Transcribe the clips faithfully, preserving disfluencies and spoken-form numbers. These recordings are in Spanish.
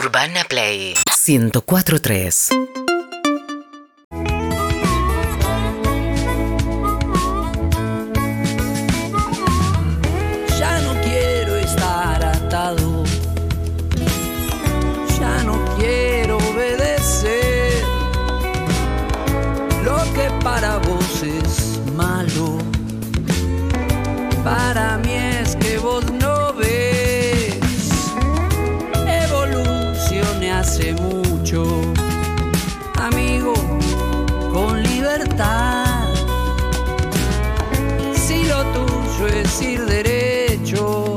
Urbana Play ciento cuatro punto tres. Ya no quiero estar atado, ya no quiero obedecer lo que para vos es malo. Para mí es que vos no ves. Evolucioné hace mucho, amigo, con libertad. Si lo tuyo es ir derecho,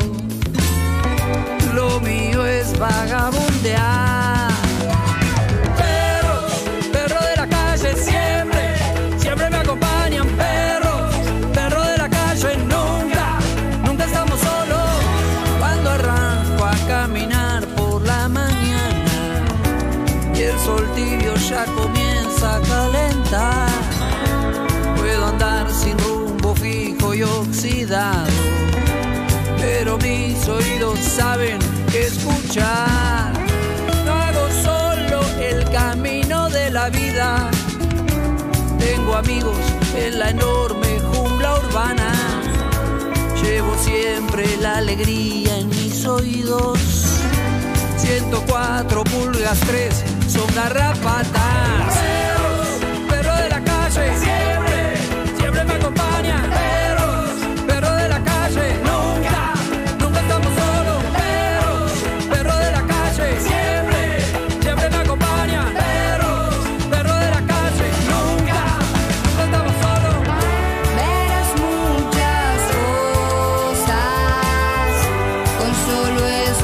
lo mío es vagabundear. Perros, perros de la calle siempre, siempre me acompañan. Perros, perros de la calle nunca, nunca estamos solos. Cuando arranco a caminar por la mañana y el sol tibio ya comienza a calentar, puedo andar sin rumbo fijo y oxidado, pero mis oídos saben que escuchar. No hago solo el camino de la vida, tengo amigos en la enorme jungla urbana. Llevo siempre la alegría en mis oídos. ciento cuatro pulgas tres son garrapatas. Perros, perros de la calle siempre, siempre me acompañan. Perros, perros de la calle nunca, nunca estamos solos. Perros, perros de la calle siempre, siempre me acompañan. Perros, perros de la calle nunca, nunca estamos solos. Verás muchas cosas con solo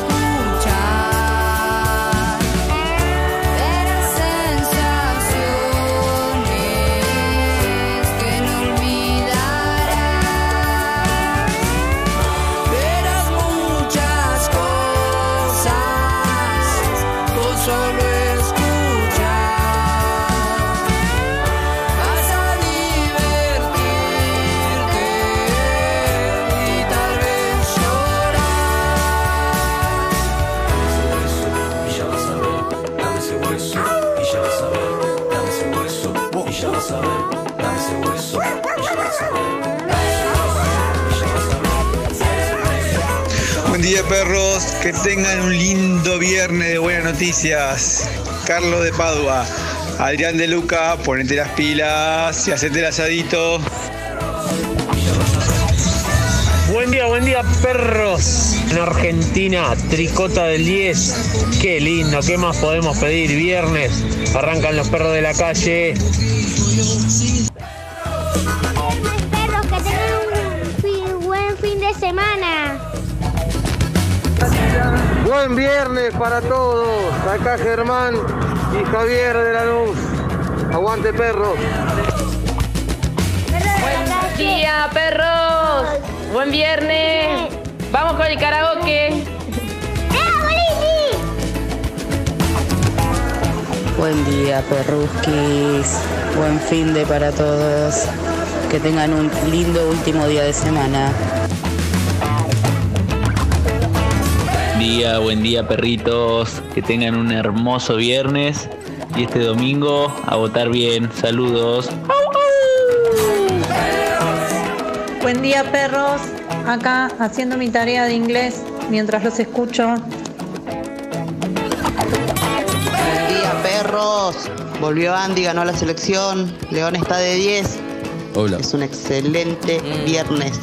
escuchar. Verás sensaciones que no olvidarás. Verás muchas cosas con solo escuchar. Vas a divertirte y tal vez llorar. Y ya vas a ver, dame ese hueso. Y ya vas a ver, dame ese hueso. Y ya vas a ver, dame ese hueso. Y ya vas a ver. Buen día, perros, que tengan un lindo viernes de buenas noticias. Carlos de Padua, Adrián de Luca, ponete las pilas y hacete el asadito. Buen día, buen día, perros. En Argentina, tricota del diez. Qué lindo, ¿qué más podemos pedir? Viernes, arrancan los perros de la calle. Perros, que tengan un fin- buen fin de semana. Buen viernes para todos. Acá Germán y Javier de Lanús. Aguante, perros. Buen día, perros. Buen viernes. Vamos con el karaoke. Buen día, perruskis. Buen fin de para todos. Que tengan un lindo último día de semana. Día, buen día, perritos. Que tengan un hermoso viernes y este domingo a votar bien. Saludos. Buen día, perros. Acá haciendo mi tarea de inglés mientras los escucho. Buen día, perros. Volvió Andy, ganó la selección. León está de diez. Hola. Es un excelente viernes.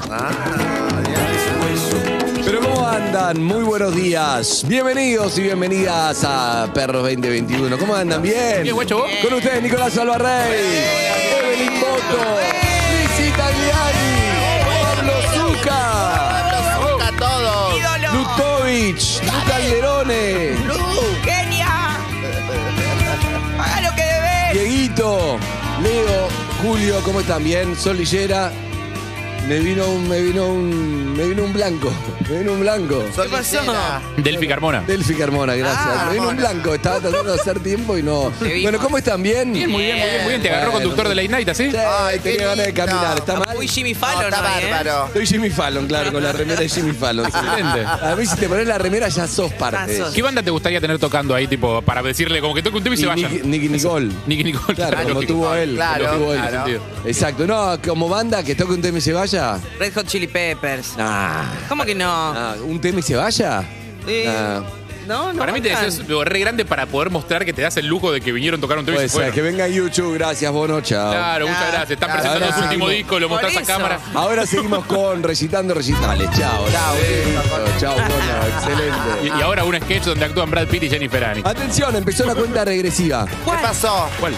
Pero ¿cómo andan? Muy buenos días. Bienvenidos y bienvenidas a Perros veinte veintiuno. ¿Cómo andan? ¿Bien? Bien, guacho, ¿vos? Con ustedes, Nicolás Alvarrey, Evelyn Boto, Lizzy Tagliani, Pablo Zucca, Zucca, todos. Lutovich, Lu Calderone, Lu, Kenia. Haga lo que debes. Dieguito, Leo, Julio, ¿cómo están? ¿Bien? Sol Lillera, Me vino un, me vino un, me vino un blanco. Me vino un blanco. ¿Qué pasó? Delphi Carmona. Delphi Carmona, gracias. Ah, me vino un blanco. Estaba tratando de hacer tiempo y no. Bueno, ¿cómo están? ¿Bien? Bien, muy bien, muy bien, muy bien. Te agarró Bueno, conductor de Late Night, ¿así? Sí, Ay, tenía qué ganas de lindo. caminar. ¿Está mal? Muy Jimmy No, Fallon, está ¿no, eh? bárbaro. Soy Jimmy Fallon, claro, con la remera de Jimmy Fallon. Excelente. A mí si te pones la remera ya sos parte. Ya sos. ¿Qué banda te gustaría tener tocando ahí, tipo, para decirle como que toque un tema y, Y se vayan? Nicky, Nicky Nicole. Nicky Nicole. Claro, como lógico. tuvo él. Claro, como tuvo él. claro. Exacto. No, como banda que toque un tema y se vaya. Red Hot Chili Peppers. Nah. ¿Cómo que no? Nah, ¿un tema y se vaya? Eh, Nah. No, no. Para mí te bancan. decías lo re grande para poder mostrar que te das el lujo de que vinieron a tocar un tema y Puede se ser, fueron. que venga YouTube, gracias, Bono, chao. Claro, muchas gracias. Están Claro, presentando ahora su último seguimos. disco, lo Por mostrás a eso. cámara. Ahora seguimos con recitando recitales. Chao. Chao. Chao, Bono, Y, excelente. y ahora un sketch donde actúan Brad Pitt y Jennifer Aniston. Atención, empezó la cuenta regresiva. ¿Qué pasó? ¿Cuál?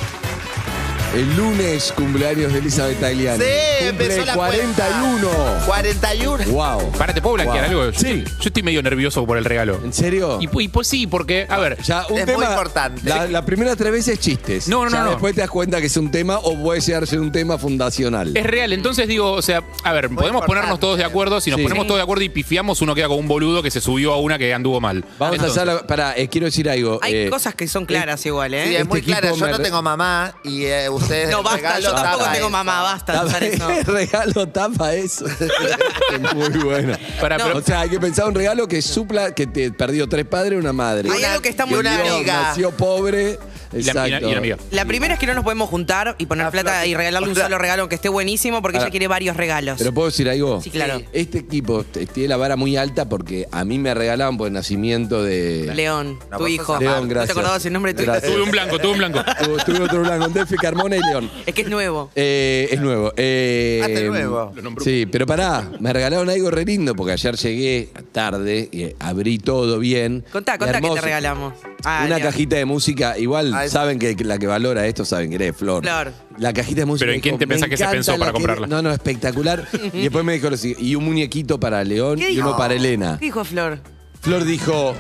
El lunes, cumpleaños de Elizabeth Tagliani. Sí, Cumple empezó la cuarenta y uno. cuarenta y uno. Wow. Para, ¿te puedo blanquear Wow. algo? Yo, Sí. estoy, yo estoy medio nervioso por el regalo. ¿En serio? Y, pu- y pues sí, porque, a ver, Ya, un Es tema. muy importante. La, la primera tres veces chistes. No, no, Ya no, no. después te das cuenta que es un tema o puede llegar a ser un tema fundacional. es real. Entonces digo, o sea, a ver, podemos importante. ponernos todos de acuerdo. Si nos Sí. ponemos todos de acuerdo y pifiamos, uno queda como un boludo que se subió a una que anduvo mal. Vamos Entonces, a hacer. Para, quiero decir algo. Hay eh, cosas que son claras igual, ¿eh? Sí, es Este muy clara. equipo Yo me no re- tengo mamá y eh, ustedes. No, basta, regalo yo tampoco tapa tengo eso. mamá, basta de usar eso. El regalo tapa eso. Es muy bueno. Para, No. pero- O sea, hay que pensar un regalo que supla que te perdió tres padres y una madre. Hay algo que está muy una claro. amiga. Nació pobre. y la, y la- Exacto. y la amiga. La primera es que no nos podemos juntar y poner La plata flor. y regalarle un solo regalo que esté buenísimo porque Ahora, ella quiere varios regalos. Pero puedo decir algo. Sí, claro. Este equipo t- tiene la vara muy alta porque a mí me regalaban por el nacimiento de. León, No, tu vos hijo. sos León, ¿No te gracias. acordabas el nombre de tu hijo? Gracias. Tuve un blanco, tuve un blanco. Tuve, tuve otro blanco, Delphi Carmona y León. Es que es nuevo. Eh, es nuevo. Eh, Ah, de nuevo. Lo nombró. Sí, pero pará, me regalaron algo re lindo porque ayer llegué tarde y abrí todo bien. Contá, contá que Hermoso. te regalamos. Ah, Una León. cajita de música, igual Ah, es- saben que la que valora esto saben que eres Flor. Flor. La cajita de música. Pero ¿en quién dijo, te "Me pensás que se encanta pensó la para que-". comprarla? No, no, espectacular. Y después me dijo lo siguiente, y un muñequito para León ¿Qué y dijo? uno para Elena. ¿Qué dijo Flor? Flor dijo,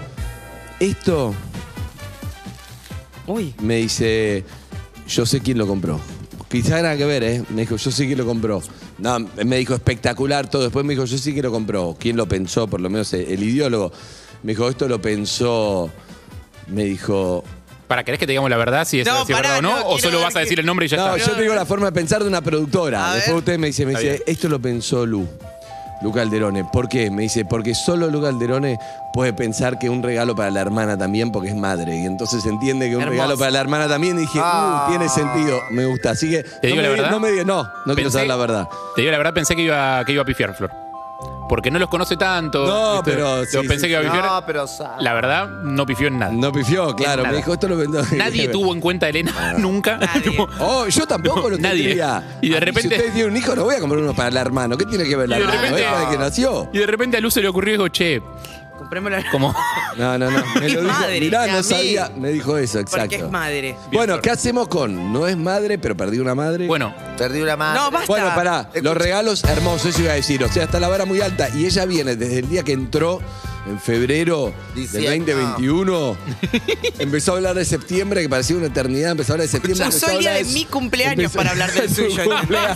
esto Uy. me dice, yo sé quién lo compró. Quizá nada que ver, ¿eh? Me dijo, yo sé quién lo compró. No, me dijo espectacular todo. Después me dijo, yo sí que lo compró. ¿Quién lo pensó? Por lo menos el, el ideólogo. Me dijo, esto lo pensó. Me dijo. ¿Para querés que te digamos la verdad, si es, No, si es pará, verdad o no? no, ¿O quiero solo ver vas a que- decir el nombre y ya No, está? yo te digo la forma de pensar de una productora. A Después ver. usted me dice, me Está dice, bien. esto lo pensó Lu. Lu Calderone. ¿Por qué? Me dice, porque solo Lu Calderone puede pensar que un regalo para la hermana también, porque es madre. Y entonces entiende que un Hermoso. regalo para la hermana también. Y dije, Ah. uh, tiene sentido. Me gusta. Así que. ¿Te digo no la me digas- verdad? No me digas, no, no quiero Pensé- saber la verdad. Te digo la verdad, pensé que iba, que iba a pifiar, Flor. Porque no los conoce tanto. No, ¿viste? pero Yo sí, pensé sí, que iba a pifiar. No, pero sabe. La verdad, no pifió en nada. No pifió, claro. nada. Me dijo, esto lo pensó. Nadie tuvo en cuenta a Elena nunca. Nadie. Tipo, Oh, yo tampoco lo Nadie. tendría. Y de Ah, repente- Si ustedes tienen un hijo, no voy a comprar uno para el hermano. ¿Qué tiene que ver el Y de hermano? repente- ¿Es para el que nació? Y de repente a Luz se le ocurrió y dijo, che, Comprémosla. como. No, no, no. Me Es lo dijo. madre, Mirá, y a no mí. sabía. Me dijo eso, exacto. Porque es madre. Bueno, ¿qué hacemos con? No es madre, pero perdí una madre. Bueno, Perdí una mano. No, basta. Bueno, pará. Los regalos hermosos, eso iba a decir. O sea, está la vara muy alta. Y ella viene desde el día que entró en febrero Diciendo- del veinte veintiuno. Empezó a hablar de septiembre, que parecía una eternidad. Empezó a hablar de septiembre. Usó empezó a el día hablar de mi cumpleaños empezó- para hablar del Su suyo, cumpleaños.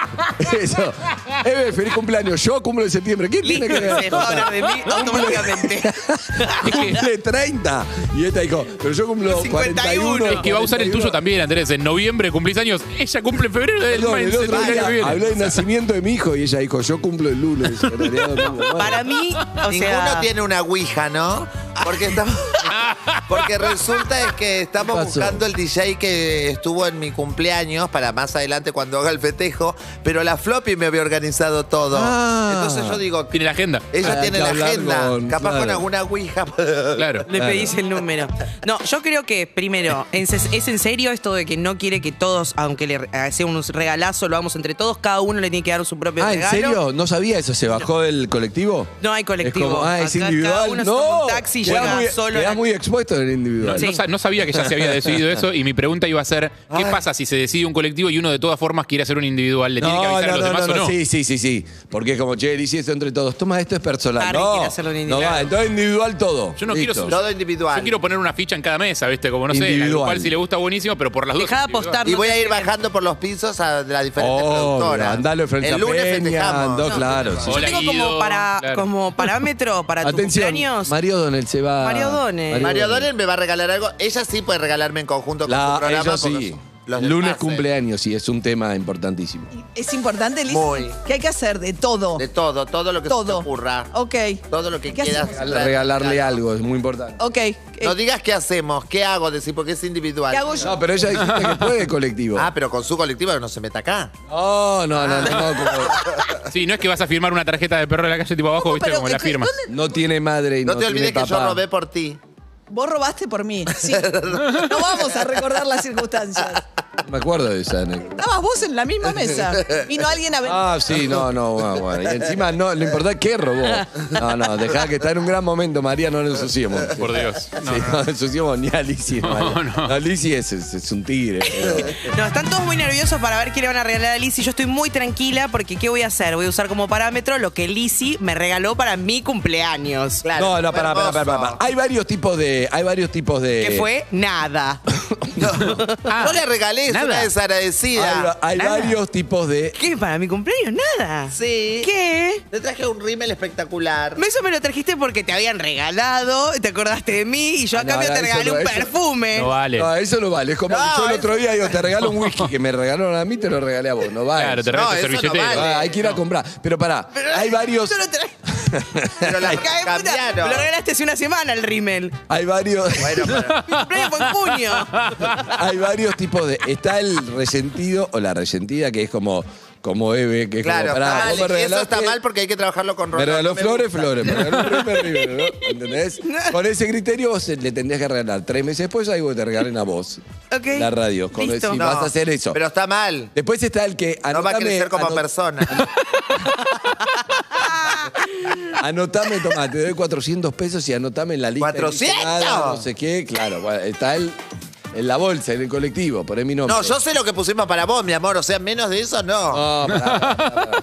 Eso. Eve, feliz cumpleaños. Yo cumplo en septiembre. ¿Qué tiene que Se ver? dejó hablar de mí automáticamente. Cumple treinta. Y esta dijo, pero yo cumplo cuarenta y uno. es que va a usar el tuyo también, Andrés. En noviembre cumplís años. Ella cumple en febrero del Perdón, el mes, otro el año día que viene. habló del nacimiento de mi hijo y ella dijo, yo cumplo el lunes. En realidad no cumplo. Bueno. Para mí, o Ninguno sea. tiene una ouija, ¿no? Porque estamos, porque resulta es que estamos ¿Qué pasó? buscando el D J que estuvo en mi cumpleaños para más adelante cuando haga el festejo, pero la floppy me había organizado todo. Ah. Entonces yo digo, Tiene la agenda. ella Hay tiene que la hablar agenda, con- capaz claro. con alguna ouija. Claro. Le Claro. pedís el número. No, yo creo que, primero, ¿es, es en serio esto de que no quiere que todos, aunque le sea un regalazo, lo hagamos entre todos? Cada uno le tiene que dar su propio Ah, ¿en regalo. serio? ¿No sabía eso? ¿Se bajó del colectivo? No hay colectivo. Es como, ah, es Acá individual. cada uno se no, toma un taxi y quedás llega muy, solo a quedás la- muy expuesto en el individual. No, no sa- no sabía que ya se había decidido eso y mi pregunta iba a ser, ¿qué Ay. pasa si se decide un colectivo y uno de todas formas quiere hacer un individual? ¿Le tiene que avisar a los demás o no? Sí, sí, sí, sí. Porque es como, che, hice esto entre todos. Toma, esto es personal. Harry no, quiere hacerlo en no individual. va, entonces individual todo. Yo no Listo. quiero Todo individual. Yo quiero poner una ficha en cada mesa, ¿viste? Como no sé, la Individual. grupal si le gusta buenísimo, pero por las dudas. Dejá de individual. apostar. Y no voy te a ir lleven. bajando por los pisos a de las diferentes Oh, productoras. andalo en frente El a lunes Peña, festejamos. andó, claro. sí. Yo Hola, tengo como, Guido, para, claro. como parámetro para tu Atención, cumpleaños. Mario Donel se va. Mario Donel. Mario Donel me va a regalar algo. Ella sí puede regalarme en conjunto con La, su programa. ellos porque sí. los Lunes demás, eh. cumpleaños, sí, es un tema importantísimo. Es importante, Liz. Muy. ¿Qué hay que hacer? De todo. De todo, todo lo que se te Todo. ocurra. Ok. Todo lo que ¿Qué quieras. hacemos? traer, Regalarle regalo. algo, es muy importante. Ok. Eh, No digas qué hacemos, qué hago, decir, porque es individual. ¿Qué hago yo? No, pero ella dijiste que puede colectivo. Ah, pero con su colectivo que no se meta acá. No, no, no, no, no, como- Sí, no es que vas a firmar una tarjeta de perro de la calle tipo abajo, ¿viste? pero Como que- la firmas. ¿dónde- no tiene madre y No, no, te tiene olvides que yo papá. robé por ti. Vos robaste por mí. Sí. No vamos a recordar las circunstancias. Me acuerdo de esa anécdota. Estabas vos en la misma mesa. Vino alguien a ver. Ah, sí, no, no, bueno, bueno. Y encima no, lo importante es que robó. No, no, dejá que está en un gran momento, María, no lo ensuciemos. Por Dios. No, sí, no ensuciemos ni a Lizzie. No, no. no Lizzie es, es, es un tigre. pero- No, están todos muy nerviosos para ver qué le van a regalar a Lizzy. Yo estoy muy tranquila porque ¿qué voy a hacer? Voy a usar como parámetro lo que Lizzy me regaló para mi cumpleaños. Claro, No, no, fue pará, pará, pará, pará, hermoso. pará. Hay varios tipos de. Hay varios tipos de. Que fue nada. No le regalé, es nada. una Hay, desagradecida. hay Nada. varios tipos de. ¿Qué? ¿Para mi cumpleaños? Nada. Sí. ¿Qué? Te traje un rímel espectacular. Eso me lo trajiste porque te habían regalado, te acordaste de mí y yo a Ah, no, cambio no, te eso regalé no, un eso- perfume. No vale. No, eso no vale. Es como No, yo el otro eso- día digo, te regalo un whisky que me regalaron a mí, te lo regalé a vos. No vale. Claro, te No, regalas eso tu no servilletero. vale. Ah, hay que ir a comprar. Pero pará, hay varios. Yo lo traje. Pero la Hija de puta, cambiaron. me lo regalaste hace una semana el rímel. Hay varios. Bueno, pero- Mi cumpleaños fue en junio. Hay varios tipos de. Está el resentido o la resentida, que es como, como Eve, que es claro, como, pará, está mal. vos me Eso regalaste- está mal porque hay que trabajarlo con Me Rolando. regaló No me flores, gusta. flores. Me regaló un Rímel, Rímel, ¿no? ¿Entendés? Con ese criterio vos le tendrías que regalar tres meses después, ahí vos te regalen a vos. Ok. La radio. Con Listo. si No, vas a hacer eso. Pero está mal. Después está el que. No va a anotame- crecer como anot- persona. Anotame, toma, te doy cuatrocientos pesos y anotame en la lista. de ¿cuatrocientos? nada, no sé qué, claro. bueno, Está el, en la bolsa, en el colectivo, poné mi nombre. No, yo sé lo que pusimos para vos, mi amor. O sea, menos de eso, no. No, pará, pará, pará.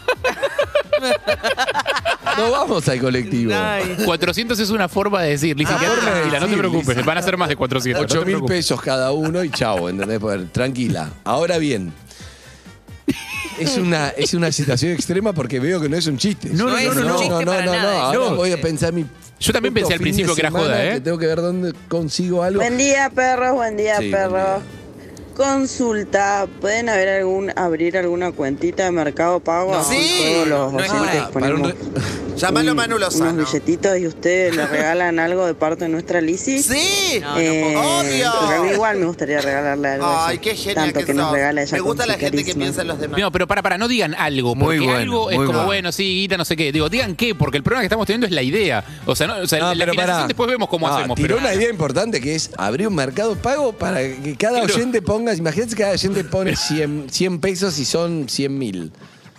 No vamos al colectivo. Ay. cuatrocientos es una forma de decir, Lizzy, Ah, quédate forma de tranquila, no te decir, preocupes, Lizzy. van a ser más de cuatrocientos. no te ocho mil preocupes. pesos cada uno y chao, ¿entendés? Pues, tranquila. Ahora bien, es una, es una situación extrema porque veo que no es un chiste. No, no, no, no, no. chiste para no, nada. Ahora No. voy a pensar mi. Yo también puto pensé al fin de principio que era semana joda, ¿eh? que tengo que ver dónde consigo algo. Buen día, perros, buen día, Sí, buen perros. Consulta, ¿pueden haber algún, abrir alguna cuentita de Mercado Pago? No. Así Sí, todos los no es oyentes hora. Para un ponemos re- Llámalo un- Manu Lozano. unos billetitos y ustedes le regalan algo de parte de nuestra Lizzy. Sí, No, no Eh, obvio. porque a mí igual me gustaría regalarle algo. Ay, así, qué genial tanto que, que nos sos. regala ella Me gusta con la su gente que carisma. piensa en los demás. No, pero para, para, no digan algo, Muy porque bueno, algo es muy como, bueno. bueno, sí, guita, no sé qué. Digo, digan qué, porque el problema que estamos teniendo es la idea. O sea, no, o sea No, la pero financiación pará. después vemos cómo No, hacemos. Tiró Pero, una idea importante que es abrir un mercado pago para que cada Pero- oyente ponga. Imagínate que cada oyente pone cien, cien pesos y son cien mil.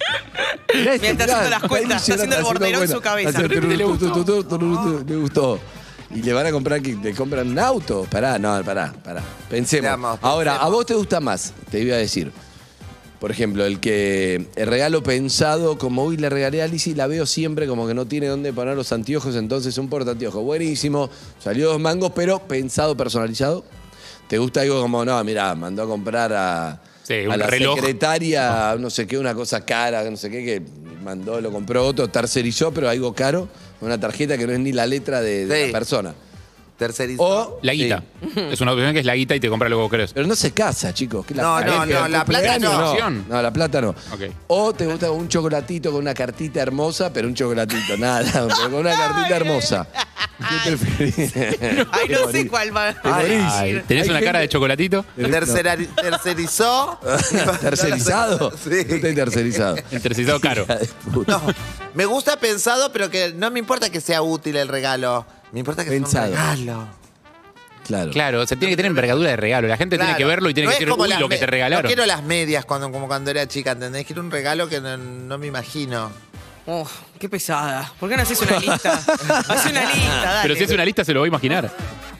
Mientras haciendo las cuentas, está haciendo el bordero en su cabeza. ¿Le gustó? Le gustó. Y le van a comprar, que le compran un auto. Pará, no, pará, pará. Pensemos. Veamos, Ahora, pensemos. ¿a vos te gusta más? Te iba a decir. Por ejemplo, el que el regalo pensado, como hoy le regalé a Lizzy, la veo siempre como que no tiene dónde poner los anteojos, entonces un portaanteojos buenísimo, salió dos mangos, pero pensado, personalizado. ¿Te gusta algo como, no, mirá, mandó a comprar a, Sí, a un la reloj. secretaria, no sé qué, una cosa cara, no sé qué, que mandó, lo compró otro, tercerizó, pero algo caro, una tarjeta que no es ni la letra de, de Sí. la persona. Tercerizó. O La guita. Es una opción que es la guita y te compra lo que vos querés. Pero no se casa, chicos. que la- No, no, que no, el la plata cumpleaños no. No, la plata no. Ok. O te gusta un chocolatito con una cartita hermosa, pero un chocolatito, nada, pero con una cartita hermosa. ¿Qué preferís? Ay, Te no sé morís. cuál va. Te morís. Ay, ¿tenés Hay una cara de gente- chocolatito? Tercera- tercerizó. ¿Tercerizado? Sí. Yo estoy tercerizado. El tercerizado caro. Hija de puta. No, me gusta pensado, pero que no me importa que sea útil el regalo. Me importa que Pensado. sea un regalo. Claro. Claro, o sea, tiene que tener envergadura de regalo. La gente tiene Claro. que verlo y tiene No que es decir, como uy, las lo que me- te regalaron. No quiero las medias cuando, como cuando era chica, ¿entendés? Quiero un regalo que no, no me imagino. Oh, qué pesada. ¿Por qué no haces una lista? Haz una lista, dale. Pero si es una lista, se lo va a imaginar.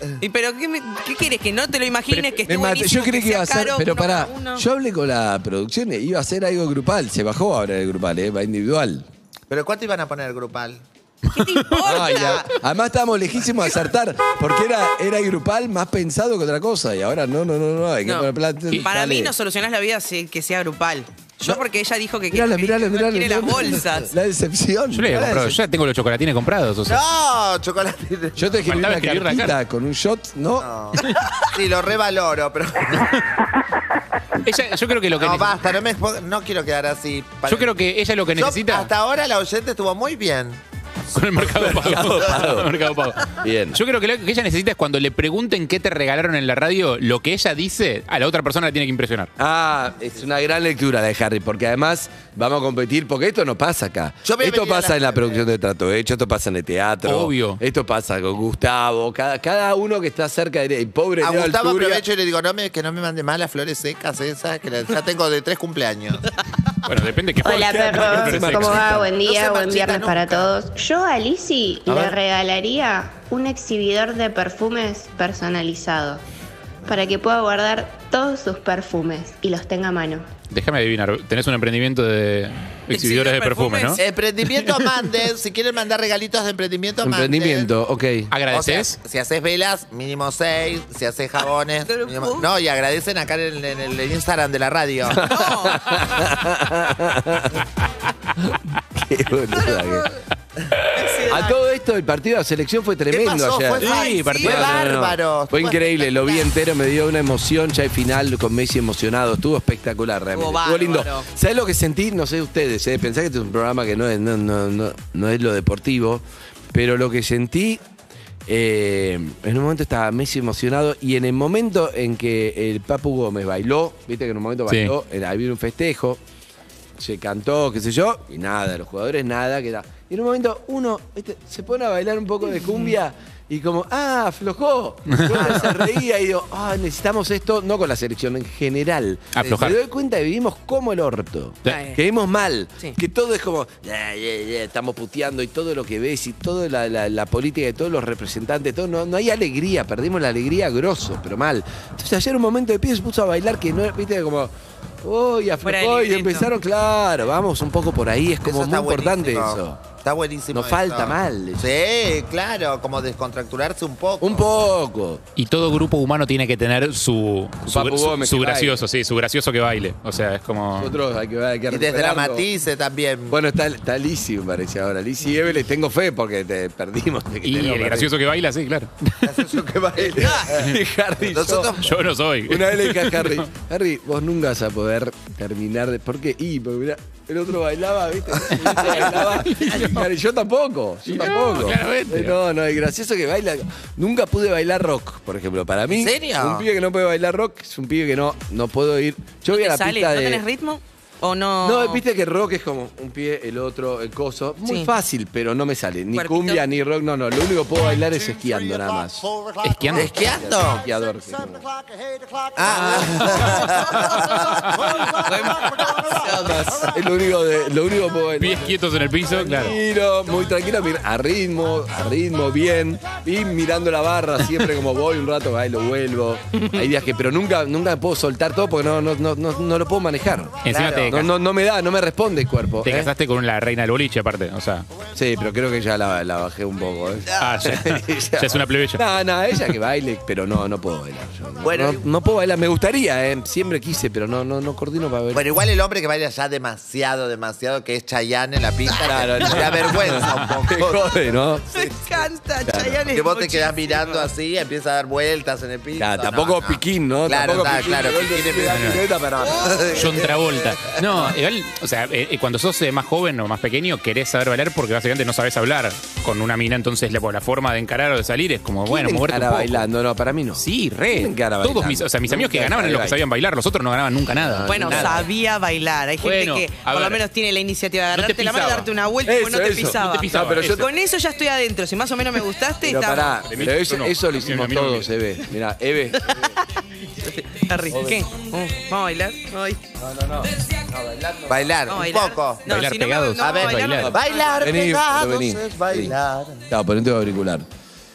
¿Y pero qué, me- qué quieres? ¿Que no te lo imagines? Que esté Me maté. buenísimo, Yo creí que iba a sea ser, caro, pero uno pará, cada uno? yo hablé con la producción, iba a hacer algo grupal, se bajó ahora el grupal, ¿eh? Va individual. ¿Pero cuánto iban a poner el grupal? Ay, a- además estábamos lejísimos de acertar, porque era, era grupal más pensado que otra cosa, y ahora no, no, no, no, hay que No. poner plata. Para Dale. mí no solucionás la vida si- que sea grupal. Yo porque ella dijo que, que- Mirala, que mirala, no mirala. quiere las mirala. bolsas. La decepción. Yo le he mirá la comprado, decepción. ya tengo los chocolatines comprados. O sea. No, chocolate. Yo te escribí Faltaba una escribir la cartita carta. con un shot, ¿no? No. Sí, lo revaloro, pero. Ella, yo creo que lo que No, neces- basta, no, me, no quiero quedar así. Yo creo que ella lo que Yo, necesita hasta ahora la oyente estuvo muy bien. con el mercado pago. Mercado Pago. Bien. Yo creo que lo que ella necesita es cuando le pregunten qué te regalaron en la radio, lo que ella dice, a la otra persona le tiene que impresionar. Ah, es una gran lectura la de Harry, porque además vamos a competir, porque esto no pasa acá. Yo voy a Esto venir a pasa la- en la producción de Trato Hecho, esto pasa en el teatro. Obvio. Esto pasa con Gustavo, cada, cada uno que está cerca de el pobre A Leo Gustavo Alturia. aprovecho y le digo, no me, que no me mande más las flores secas esas, que las- ya tengo de tres cumpleaños. Bueno, depende de qué Hola juegue. perros, Pero ¿cómo sexy. va? Buen No día, se buen marchita viernes nunca. para todos. Yo a Lizzy A le ver. regalaría un exhibidor de perfumes personalizado para que pueda guardar todos sus perfumes y los tenga a mano. Déjame adivinar, tenés un emprendimiento de exhibidores de perfumes, ¿no? Emprendimiento Mandes, si quieren mandar regalitos de emprendimiento Mandes. Emprendimiento, ok. ¿Agradeces? O sea, si haces velas, mínimo seis. Si haces jabones, mínimo- No, y agradecen acá en, en el Instagram de la radio. Qué boluda que- A todo esto, el partido de la selección fue tremendo pasó? ayer. Fue Sí, fa- partido. fue No, no, no. bárbaro. Fue Estuvo increíble, lo vi espectacular. entero, me dio una emoción ya al final con Messi emocionado. Estuvo espectacular realmente. Estuvo Estuvo lindo. bárbaro. ¿Sabes lo que sentí? No sé ustedes, ¿eh? Pensá que este es un programa que no es, no, no, no, no es lo deportivo, pero lo que sentí, eh, en un momento estaba Messi emocionado y en el momento en que el Papu Gómez bailó, viste que en un momento Sí. bailó, era- había un festejo, se cantó, qué sé yo, y nada, los jugadores nada, queda. Y en un momento uno ¿viste? se pone a bailar un poco de cumbia y como, ah, aflojó. Y uno se reía y digo, ah, necesitamos esto, no con la selección, en general. Aflojar. Me doy cuenta que vivimos como el orto. Sí. Que vivimos mal. Sí. Que todo es como, "Ya, ya, ya", estamos puteando y todo lo que ves y toda la, la- la política de todos los representantes, todo, no, no hay alegría, perdimos la alegría grosso, pero mal. Entonces ayer un momento de pie se puso a bailar que no, viste, como... Uy, Fuera aflojó de y libreto. empezaron, claro, vamos un poco por ahí, es como Eso muy está importante buenísimo. eso. Está buenísimo. Nos falta eso. mal eso. Sí, claro, como descontracturarse un poco. Un poco. Y todo grupo humano tiene que tener su, su, Papu su- Gómez su que gracioso, sí, su gracioso que baile. O sea, es como... Nosotros hay que, hay que Y recuperarlo. desdramatice también. Bueno, está, está Lizzy, me parece ahora. Lizzy y Eve les tengo fe porque te perdimos. de que Y tenemos el gracioso que baila, sí, claro. gracioso que baila. Y Harry, yo- Nosotros- Yo no soy. Una vez le dije a Harry, Harry, vos nunca vas a poder terminar de... ¿Por qué? Y, porque mirá, el otro bailaba, ¿viste? El otro bailaba. Y Harry, yo tampoco, yo tampoco. claramente. Eh, No, no, el gracioso que baila... Nunca pude bailar rock, por ejemplo. Para mí, ¿En serio? un pibe que no puede bailar rock es un pibe que no, no puedo ir... Yo voy a ¿Te la sale? pista ¿No de... tenés ritmo? ¿O no? No, viste que rock es como un pie, el otro, el coso. Muy Sí. fácil, pero no me sale. Ni Cuerpito. cumbia, ni rock, no, no. Lo único que puedo bailar es esquiando nada más. ¿Esquiando? ¿Esquiando? Esquiador. sí, como- Es lo único, de, lo único que puedo bailar. Pies quietos en el piso, claro. Tranquilo, muy tranquilo, mir- a ritmo, a ritmo, bien. Y mirando la barra, siempre como voy un rato, bailo, vuelvo. Hay días que, pero nunca, nunca puedo soltar todo porque no, no, no, no, no lo puedo manejar. Encima Claro. te, No, no, no me da, no me responde el cuerpo. te ¿eh? casaste con la reina del boliche, aparte. O sea, Sí, pero creo que ya la, la bajé un poco. ¿eh? ah, ya, ya es una plebeya. No, no, ella que baile, pero no, no puedo bailar. Yo. No, Bueno, no, no puedo bailar, me gustaría, ¿eh? Siempre quise, pero no, no, no coordino para bailar. Bueno, igual el hombre que baila ya demasiado, demasiado, que es Chayanne en la pista, Claro, te da vergüenza un Te poco. jode, ¿no? Me encanta, Chayanne. Que vos te es quedás muchísimo. mirando así, empieza a dar vueltas en el piso. Claro, No, tampoco no. piquín, ¿no? Claro, tampoco está, claro, piquín, piquín me da es- pirueta, pero- John Travolta. No, igual, o sea, eh, cuando sos eh, más joven o más pequeño, querés saber bailar porque básicamente no sabes hablar con una mina, entonces la, la forma de encarar o de salir es como, bueno, ¿Quién moverte un encara poco. bailando? No, para mí no. Sí, re. ¿Quién encara Todos bailando? mis, o sea, mis amigos que Nunca ganaban eran los que baila. sabían bailar, los otros no ganaban nunca nada. Bueno, Nada. sabía bailar. Hay gente Bueno, que a por lo ver. menos tiene la iniciativa de No te agarrarte la mano y pisaba. darte una vuelta Eso, porque no te eso. pisaba. No te pisaba, No, pero yo eso. Con eso ya estoy adentro. Si más o menos me gustaste, Pero estamos. pará, De mí, pero yo eso, no. eso lo A hicimos mí no me todos, mires. Eve. Mirá, Eve. Harry, ¿qué? Uh, ¿Vamos a bailar? Ay. Bailar, ¿Vamos a un bailar? poco. No, Bailar si no me- pegados. no, A ver, vamos bailar. Bailar Vení, pegados vení. es bailar. Claro, ponete el auricular.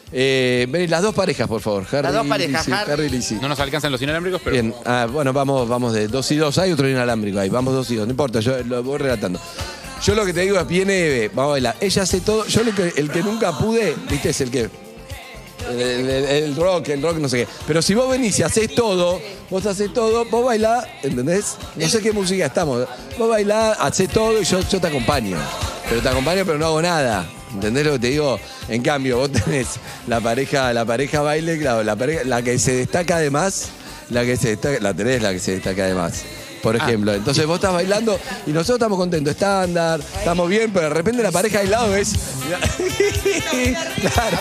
Eh, vení, las dos parejas, por favor. Harry, Las dos parejas, Lizzy, Harry. Harry y Lizzy. No nos alcanzan los inalámbricos, pero. Bien, ah, bueno, vamos, vamos de dos y dos. Hay otro inalámbrico ahí, vamos dos y dos. No importa, yo lo voy relatando. Yo lo que te digo es, viene, vamos a bailar. Ella hace todo. Yo lo que, el que nunca pude, viste, es el que. El, el- el rock, el rock, no sé qué. Pero si vos venís y haces todo, vos haces todo, vos bailás, ¿entendés? No sé qué música estamos. Vos bailás, haces todo y yo, yo te acompaño. Pero te acompaño, pero no hago nada. ¿Entendés lo que te digo? En cambio, vos tenés la pareja, la pareja baile, claro, la pareja, la que se destaca además, la que se destaca, la tenés la que se destaca además. Por ejemplo, entonces vos estás bailando y nosotros estamos contentos, estándar, estamos bien, pero de repente la pareja al lado es. Claro.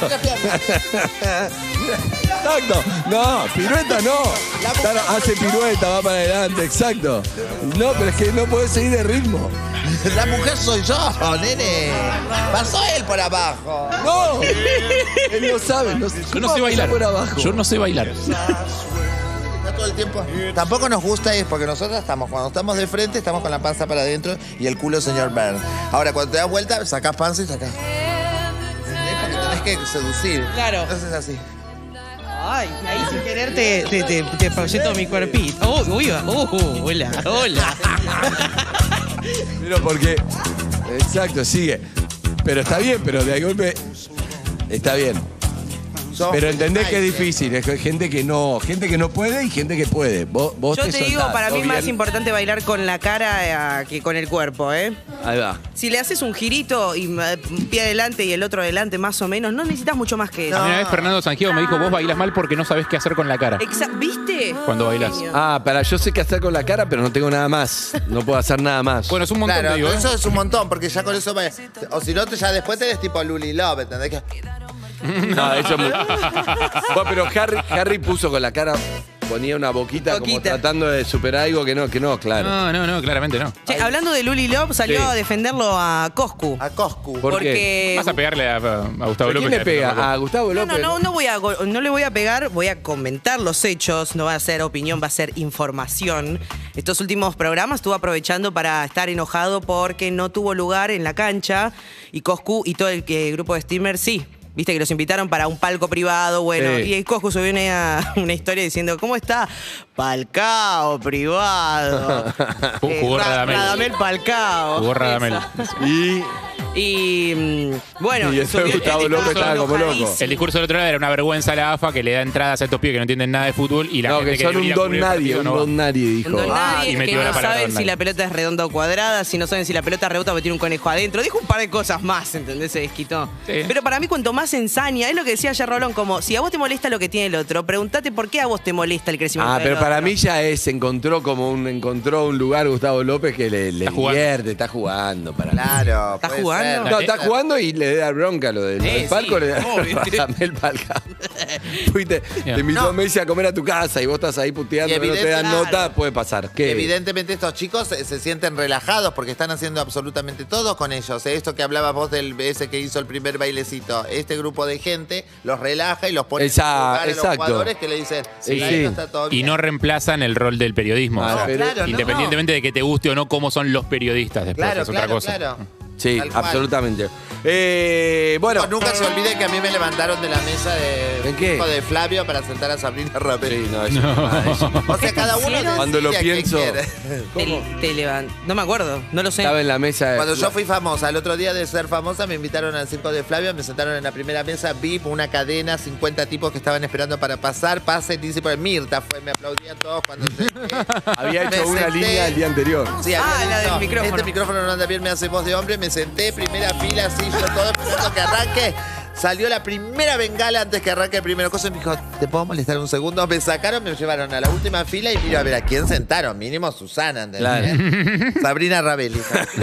Exacto. No, pirueta no. Claro, hace pirueta, va para adelante, exacto. No, pero es que no podés seguir de ritmo. La mujer soy yo, nene. Pasó él por abajo. No. Él no sabe. No, Yo no sé bailar. Por abajo. Yo no sé bailar. Está todo el tiempo. Tampoco nos gusta es porque nosotros estamos, cuando estamos de frente, estamos con la panza para adentro y el culo señor Bern. Ahora, cuando te das vuelta, sacás panza y sacás. Porque tenés que seducir. Claro. Entonces así. Ay, ahí sin querer te, te, te, te proyecto mi cuerpito. Oh, uy, uh, hola, hola. Pero porque. Exacto, sigue. Pero está bien, pero de golpe. Está bien. Pero entendés que es difícil, es que hay gente que no, gente que no puede y gente que puede. Vos, vos Yo te, te digo, soltás, para mí ¿todo es más bien? importante bailar con la cara eh, que con el cuerpo, ¿eh? Ahí va. Si le haces un girito y eh, un pie adelante y el otro adelante, más o menos, no necesitas mucho más que eso. A mí una vez Fernando Sangiego me dijo, vos bailas mal porque no sabés qué hacer con la cara. Exa- ¿Viste? Cuando bailas. Ah, para yo sé qué hacer con la cara, pero no tengo nada más. No puedo hacer nada más. Bueno, es un montón, Claro, te digo, ¿eh? eso es un montón, porque ya con eso va- o si no, te- ya después tenés tipo Luli Love, ¿entendés? Que No, eso es muy... Bueno, pero Harry, Harry puso con la cara, ponía una boquita, como Boquita. tratando de superar algo que no, que no, claro. No, no, no, claramente no. Che, hablando de Luli Love, salió Sí. a defenderlo a Coscu. a Coscu. ¿Por porque Vas a pegarle a, a Gustavo ¿Pero López. quién le pega? a ¿A Gustavo No, López? no, no, no voy a, go- no le voy a pegar, voy a comentar los hechos, no va a ser opinión, va a ser información. Estos últimos programas estuvo aprovechando para estar enojado porque no tuvo lugar en la cancha y Coscu y todo el que- grupo de streamers sí. Viste que los invitaron para un palco privado, bueno, Sí. y Coscu subió una, una historia diciendo, ¿cómo está? Palcao privado. Jugó- jugó Ra- Radamel. Radamel Palcao. Jugó Radamel. Y, Y mm, bueno, y ese subió- Gustavo el López discurso estaba como loco. enojadísimo. El discurso del otro lado era una vergüenza a la A F A que le da entradas a estos pibes que no entienden nada de fútbol y la no, gente que son un debería don cubrir el nadie, partido un no va. don nadie, dijo. Un don Ah, nadie, y que metió no la palabra saben don si nadie. la pelota es redonda o cuadrada, si no saben si la pelota es rebota o tiene un conejo adentro. Dijo un par de cosas más, ¿entendés? Se desquitó. Sí. Pero para mí, cuanto más ensaña, es lo que decía ayer Rolón, como si a vos te molesta lo que tiene el otro, pregúntate por qué a vos te molesta el crecimiento Ah, del pero otro. para mí ya es, encontró como un, encontró un lugar Gustavo López que le, le Está jugando. divierte, está jugando para mí. Claro. ¿Está puede jugando? ser. No, está jugando y le da bronca lo del, Sí, lo del palco, sí, le da obvio. Radamel Palcao. Fuiste, te invitó No. a Messi a comer a tu casa y vos estás ahí puteando, Y no te dan evidente- nota, puede pasar. ¿Qué? Evidentemente estos chicos se, se sienten relajados porque están haciendo absolutamente todo con ellos. ¿eh? Esto que hablabas vos del ese que hizo el primer bailecito. Este grupo de gente los relaja y los pone Esa- en su lugar a los exacto. jugadores que le dicen, Sí, "Esto sí. está todo Y bien". no reemplazan el rol del periodismo. Ah, o sea, pero- claro, no, independientemente de que te guste o no cómo son los periodistas después, Claro, es otra claro, cosa. claro. Sí, Tal cual. absolutamente. Eh, bueno, No, nunca se olvide que a mí me levantaron de la mesa de, ¿De qué? hijo de Flavio para sentar a Sabrina Raperi. sí, no, eso no. eso no. O sea, cada uno decide Cuando lo a quién pienso- quiere. Te, te levan- No me acuerdo, no lo sé. Estaba en la mesa. Cuando yo fui famosa, el otro día de ser famosa, me invitaron al circo de Flavio, me sentaron en la primera mesa, V I P, una cadena, cincuenta tipos que estaban esperando para pasar, pase, dice por Mirta, fue, me aplaudían todos cuando se... Había Me hecho una senté. línea el día anterior. Sí, Ah, había la dicho, del micrófono. Este micrófono no anda bien, me hace voz de hombre, me senté, primera fila, así, yo todo esperando que arranque. Salió la primera bengala antes que arranque el primero cosa y me dijo, ¿te puedo molestar un segundo? Me sacaron, me llevaron a la última fila y miro a ver a quién sentaron. Mínimo Susana, ¿entendés? Sabrina Rabelli.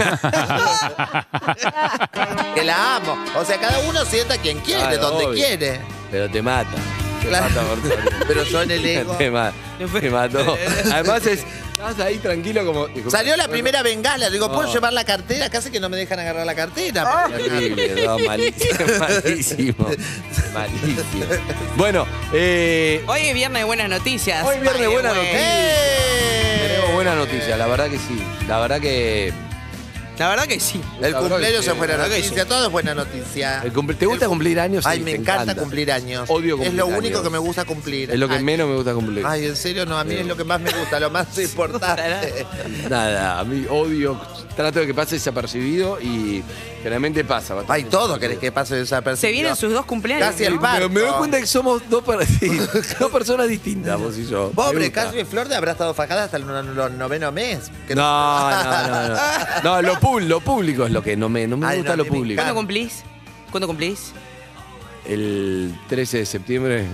Que la amo. O sea, cada uno sienta quien quiere, Claro, donde obvio. quiere. Pero te mata. Te Claro. mata por todo. Pero yo en el ego. Te, ma- te mató. Además es. Estás ahí tranquilo como. Salió la primera bengala. Digo, ¿puedo No. llevar la cartera? Casi que no me dejan agarrar la cartera. Terrible, no, malísimo. Malísimo. Malísimo. Bueno, eh, Hoy es viernes de buenas noticias. hoy viernes Ay, buena güey. noticia. Tenemos buena noticia, la verdad que sí. La verdad que. La verdad que sí. El La verdad cumpleaños que es buena la verdad que noticia, todo es buena noticia. El cumple- ¿Te gusta cumplir años? Ay, Sí, me te encanta, cumplir años. Odio Es cumplir lo único años. que me gusta cumplir. Es lo que Ay, menos me gusta cumplir. Ay, en serio, no, a mí es lo que más me gusta, lo más importante. Nada, a mí odio. Trato de que pase desapercibido y generalmente pasa. bastante Ay, todo querés que pase desapercibido. Se vienen sus dos cumpleaños. Casi el Pero parto. me doy cuenta que somos dos, per- sí, dos personas distintas, vos y yo. Me Pobre, gusta. Casu y Flor de habrá estado fajada hasta el no- no- noveno mes. Que No, no, no, no. No, lo, pub- lo público es lo que no me, no me Ay, gusta no, lo a mí me público. ¿Cuándo cumplís? ¿Cuándo cumplís? El trece de septiembre.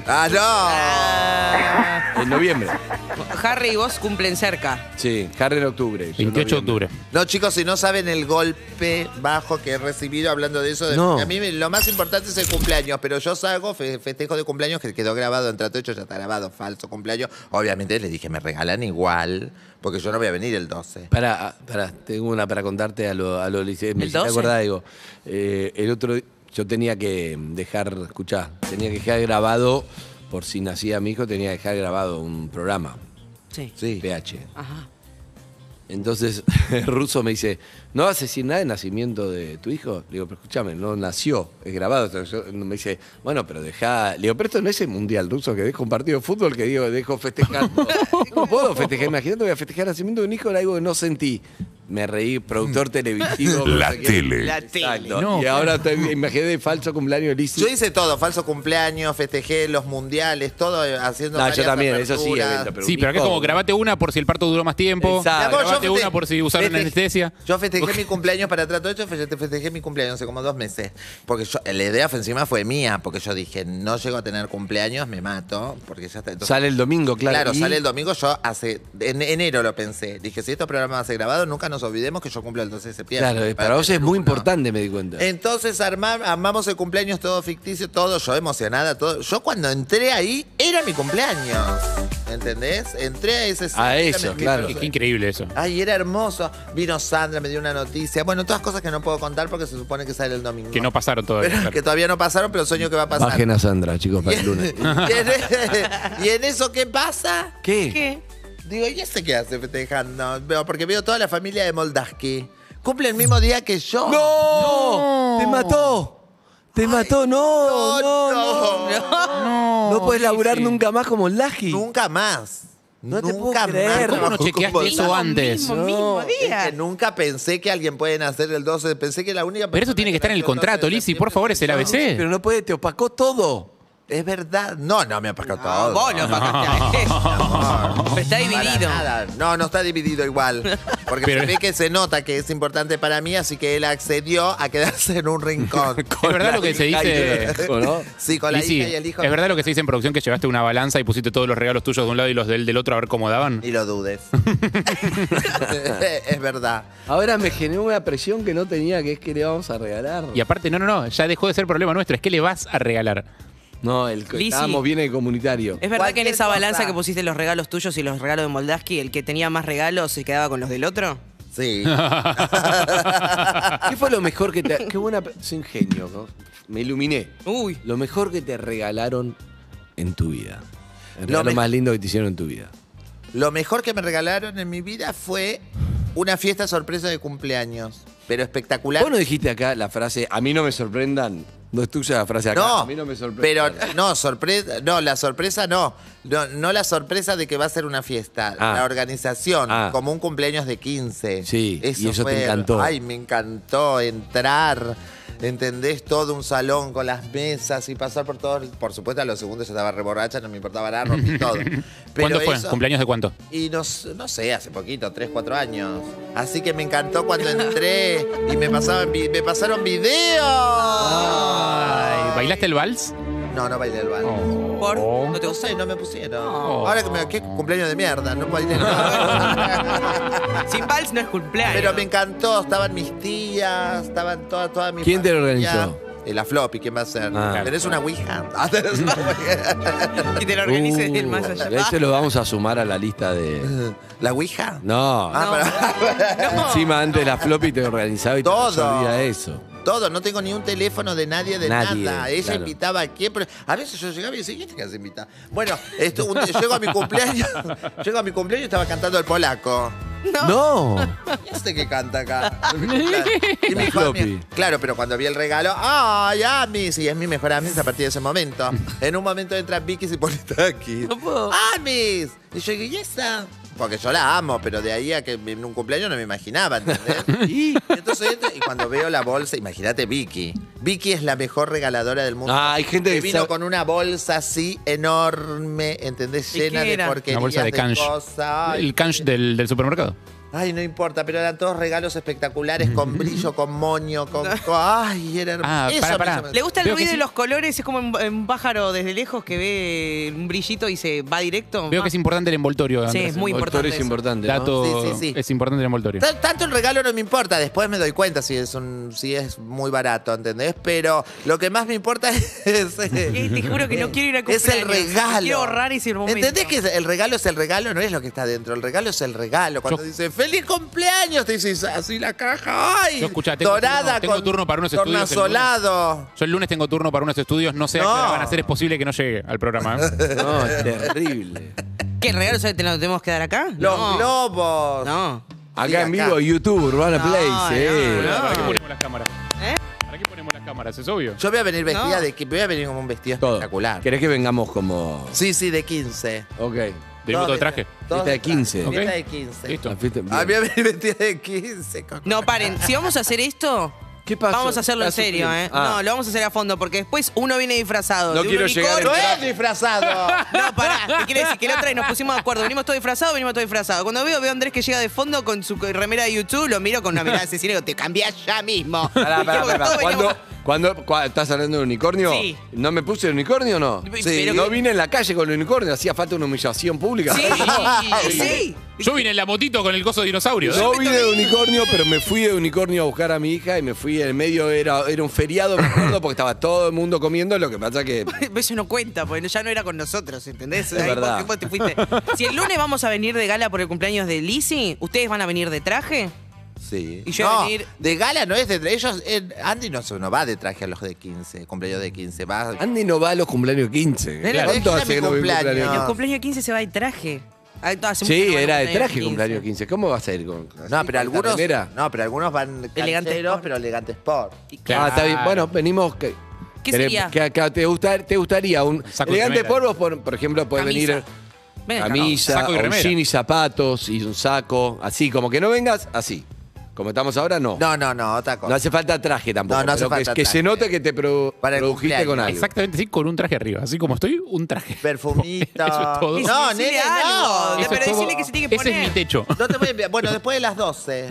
¡Ah, En noviembre. Harry y vos cumplen cerca. Sí, Harry en octubre. yo veintiocho de noviembre. octubre. no! No, chicos, si no saben el golpe bajo que he recibido hablando de eso, de- No. a mí me- lo más importante es el cumpleaños, pero yo salgo, fe- festejo de cumpleaños que quedó grabado en Trato Hecho, ya está grabado, falso cumpleaños. Obviamente les dije, me regalan igual, porque yo no voy a venir el doce. Pará, pará, tengo una para contarte a lo, a lo liceo. Me ¿El hiciste doce? acordar algo. Eh, el otro di- yo tenía que dejar, escuchá, tenía que dejar grabado, por si nacía mi hijo, tenía que dejar grabado un programa. Sí. Sí. P H. Ajá. Entonces el ruso me dice, ¿no vas a decir nada de nacimiento de tu hijo? Le digo, pero escúchame, no nació, es grabado. Entonces yo- me dice, bueno, pero dejá. Le digo, pero esto no es el mundial ruso que dejo un partido de fútbol que digo, dejo festejando. No puedo festejar, imagínate, voy a festejar el nacimiento de un hijo, era algo que no sentí. Me reí, productor televisivo. La no sé qué. tele. La tele. Exacto. No, y ahora te imaginé de falso cumpleaños Lizzy. Yo hice todo, falso cumpleaños, festejé los mundiales, todo eh, haciendo No, yo varias también, eso sí, aperturas. evento, pero Sí, un pero acá es hijo- como grabate una por si el parto duró más tiempo. Exacto. Mi amor, yo Grabate feste- una por si usaron feste- anestesia. Yo festejé mi cumpleaños para Trato Hecho, feste- festejé mi cumpleaños hace como dos meses. Porque yo, la idea fue encima fue mía, porque yo dije, no llego a tener cumpleaños, me mato, porque ya está. Entonces, Sale el domingo, claro. Claro, y- sale el domingo, yo hace, en enero lo pensé. Dije, si estos programas van a ser grabados, nunca nos olvidemos que yo cumplo el doce de septiembre. Claro, para vos es muy importante, me di cuenta. Entonces armar, armamos el cumpleaños todo ficticio, todo, yo emocionada, todo. Yo cuando entré ahí, era mi cumpleaños. ¿Entendés? Entré a ese A era eso, mi- claro. mi- Qué, qué increíble eso. Ay, era hermoso. Vino Sandra, me dio una noticia. Bueno, todas cosas que no puedo contar porque se supone que sale el domingo. Que no pasaron todavía. Pero que todavía no pasaron, pero sueño que va a pasar. Bajen a Sandra, chicos, para el lunes. y, en, y en eso, ¿qué pasa? ¿Qué? ¿Qué? Digo, ¿y ese qué hace festejando? Veo- Porque veo toda la familia de Moldaski. Cumple el mismo día que yo. ¡No! ¡Te mató! ¡Te mató! No, no, no. No, No, puedes laburar sí. nunca más como Laji. Nunca más. No te nunca puedo creer. más. ¿Cómo no chequeaste eso antes? Mismo, mismo día. Es que nunca pensé que alguien puede nacer el doce. Pensé que la única Pero eso tiene que estar en el contrato, Lizzy, por favor, es el A B C. Pero no puede, te opacó todo. Es verdad. No, no me apacó todo. Vos lo opacaste a él. Amor. Pero está dividido. Para nada. No, no está dividido igual. Porque Pero- se ve que se nota que es importante para mí, así que él accedió a quedarse en un rincón. Es verdad lo que se dice. ¿no? Sí, con la Lizzy, hija y el hijo. ¿es verdad lo que se dice en producción que llevaste una balanza y pusiste todos los regalos tuyos de un lado y los del, del otro a ver cómo daban? Ni lo dudes. Es verdad. Ahora me generó una presión que no tenía, que es que le vamos a regalar. Y aparte, no, no, no, ya dejó de ser problema nuestro, es que le vas a regalar. No, el Lizzy. estábamos bien en el comunitario. ¿Es verdad que en Cualquier esa cosa. balanza que pusiste los regalos tuyos y los regalos de Moldaski, el que tenía más regalos se quedaba con los del otro? Sí. ¿Qué fue lo mejor que te... Qué buena... Es ingenio, ¿no? Me iluminé. Uy. Lo mejor que te regalaron en tu vida. El Lo regalo me- más lindo que te hicieron en tu vida. Lo mejor que me regalaron en mi vida fue una fiesta sorpresa de cumpleaños. Pero espectacular. Vos no dijiste acá la frase, a mí no me sorprendan. No es tuya la frase acá. No, a mí no me sorprendan. pero no, sorpresa, no, la sorpresa no. no. No la sorpresa de que va a ser una fiesta. Ah. La organización, Ah. como un cumpleaños de quince. Sí, y eso te fue- encantó. Ay, me encantó entrar. ¿Entendés? Todo un salón con las mesas y pasar por todos. Por supuesto, a los segundos yo estaba reborracha, no me importaba nada, rompí todo. Pero ¿Cuándo fue? eso- ¿Cumpleaños de cuánto? Y no, s- no sé, hace poquito, tres, cuatro años. Así que me encantó cuando entré y me, pasaban, vi- me pasaron videos. Ay, ¿bailaste el vals? No, no bailé el baile. ¿Por? ¿No te No gustó? sé, no me pusieron. Oh. Ahora que me... ¿Qué cumpleaños de mierda? No bailé nada. Sin vals no es cumpleaños. Pero me encantó. Estaban mis tías, estaban todas, todas mis ¿Quién te lo familia. organizó? Eh, La Floppy, ¿quién va a ser? Ah. ¿Tenés una Ouija? Ah, tenés una Ouija. Y te lo organice desde el más allá. Uh, Ese lo vamos a sumar a la lista de... ¿La Ouija? No. Ah, pero- Encima antes la floppy te organizaba y Todo. te resolvía eso. Todo, no tengo ni un teléfono de nadie de Nadie, nada. Ella claro. invitaba a quién, pero a veces yo llegaba y decía, ¿quién te hace invitar? Bueno, esto, un- llego a mi cumpleaños, llego a mi cumpleaños y estaba cantando el polaco. No. ¿Y este que canta acá? Y me dijo, mi- claro, pero cuando vi el regalo, ¡ay, Amis! Y es mi mejor Amis a partir de ese momento. En un momento entra Vicky y se pone aquí. ¡Amis! Y yo digo, ¿y esa? Porque yo la amo, pero de ahí a que en un cumpleaños no me imaginaba, ¿entendés? Y entonces entro, y cuando veo la bolsa, imagínate Vicky. Vicky es la mejor regaladora del mundo. Ah, hay gente que que vino sabe- con una bolsa así enorme, ¿entendés? ¿Y Llena qué de era? porquerías, Una bolsa de canch. cosas. Ay, El canch del, del supermercado. Ay, no importa, pero eran todos regalos espectaculares, con brillo, con moño, con... con- ay, era hermoso. Ah, Eso pará, me pará. hizo- Le gusta el Veo que ruido sí. y los colores, es como un, un pájaro desde lejos que ve un brillito y se va directo. Veo que es importante el envoltorio. Sí, Andrés. es muy El importante. es eso. importante, ¿no? Dato, Sí, sí, sí. es importante el envoltorio. T- Tanto el regalo no me importa, después me doy cuenta si es un, si es muy barato, ¿entendés? Pero lo que más me importa es... Eh, te juro que no quiero ir a Es el cumpleaños. regalo. Quiero ahorrar ese momento. ¿Entendés que el regalo es el regalo? No es lo que está dentro. El regalo es el regalo. Cuando Yo- dice ¡Feliz cumpleaños! Te dices así la caja. ¡Ay! Yo, escuchá, tengo dorada turno- tengo con turno para unos estudios el tornasolado. Yo el lunes tengo turno para unos estudios, no sé a qué No. hora van a hacer, es posible que no llegue al programa. ¿eh? No, es terrible. ¿Qué el regalo te lo tenemos que dar acá? Los no. globos. No. Acá Sí, en acá. vivo, YouTube, Urbana No, Play, no, sí. no. ¿Para qué ponemos las cámaras? ¿Eh? ¿Para qué ponemos las cámaras? Es obvio. Yo voy a venir vestida No. de que voy a venir como un vestido Todo. espectacular. ¿Querés que vengamos como...? Sí, sí, de quince. Ok. ¿Venimos todo de traje? Todos Fiesta de quince. Fiesta Ok. de quince. Listo. La fiesta- Ah, voy a venir vestida de quince. con- No, paren. Si vamos a hacer esto, ¿Qué pasó? vamos a hacerlo en Está serio, sufriendo. ¿eh? Ah. No, lo vamos a hacer a fondo, porque después uno viene disfrazado. No de un quiero llegar unicornio. ¡No es disfrazado! No, pará. ¿Qué quiere decir? Que la otra vez nos pusimos de acuerdo. Venimos todos disfrazados, venimos todos disfrazados. Cuando veo, veo a Andrés que llega de fondo con su remera de YouTube, lo miro con una mirada asesina y digo, te cambiás ya mismo. Pará, pará, Dijimos que pará. todos ¿Cuándo, veníamos- cuándo- cua- ¿Estás hablando de unicornio? Sí. ¿No me puse el unicornio o no? Sí. Sí. Pero ¿No que- vine en la calle con el unicornio? ¿Hacía falta una humillación pública? Sí, sí. Yo vine en la motito con el coso de dinosaurio. ¿eh? No vine de unicornio, pero me fui de unicornio a buscar a mi hija y me fui en el medio, era, era un feriado, me acuerdo, porque estaba todo el mundo comiendo, lo que pasa que... Eso no cuenta, porque ya no era con nosotros, ¿entendés? Es verdad. vos te fuiste. Si el lunes vamos a venir de gala por el cumpleaños de Lizzy, ¿ustedes van a venir de traje? Sí. Y yo voy a no, venir- de gala no es de ellos. eh, Andy no, se- no va de traje a los de quince, cumpleaños de quince. Va. Andy no va a los cumpleaños quince. Nena, ¿Cuánto déjala hace que mi no ve un cumpleaños. cumpleaños? El cumpleaños quince se va de traje. Ah, hace mucho que Sí, no van a era de cumpleaños traje quince. cumpleaños quince. ¿Cómo vas a ir con...? No, así, pero con algunos. remera? No, pero algunos van Elegante cancheros, sport. pero elegante sport. Ah, está bien. Bueno, venimos... Que, ¿Qué querés- sería? que- que te, gusta- ¿Te gustaría un Saco y elegante remera. polvo? Por, por ejemplo, puede Camisa. venir Ven acá. camisa, Saco y o un remera. jean y zapatos y un saco. Así, como que no vengas así. Como estamos ahora, no. No, no, no, otra cosa. No hace falta traje tampoco. No, no hace pero que- falta que, traje. se note que te pro- Para el produjiste cumpleaños. con algo. Exactamente, sí, con un traje arriba. Así como estoy, un traje. Perfumito. Eso es todo. No, Decile nene, algo. no. Eso Pero es todo. decile que se tiene que Ese es poner. mi techo. No te voy a enviar. Bueno, después de las doce.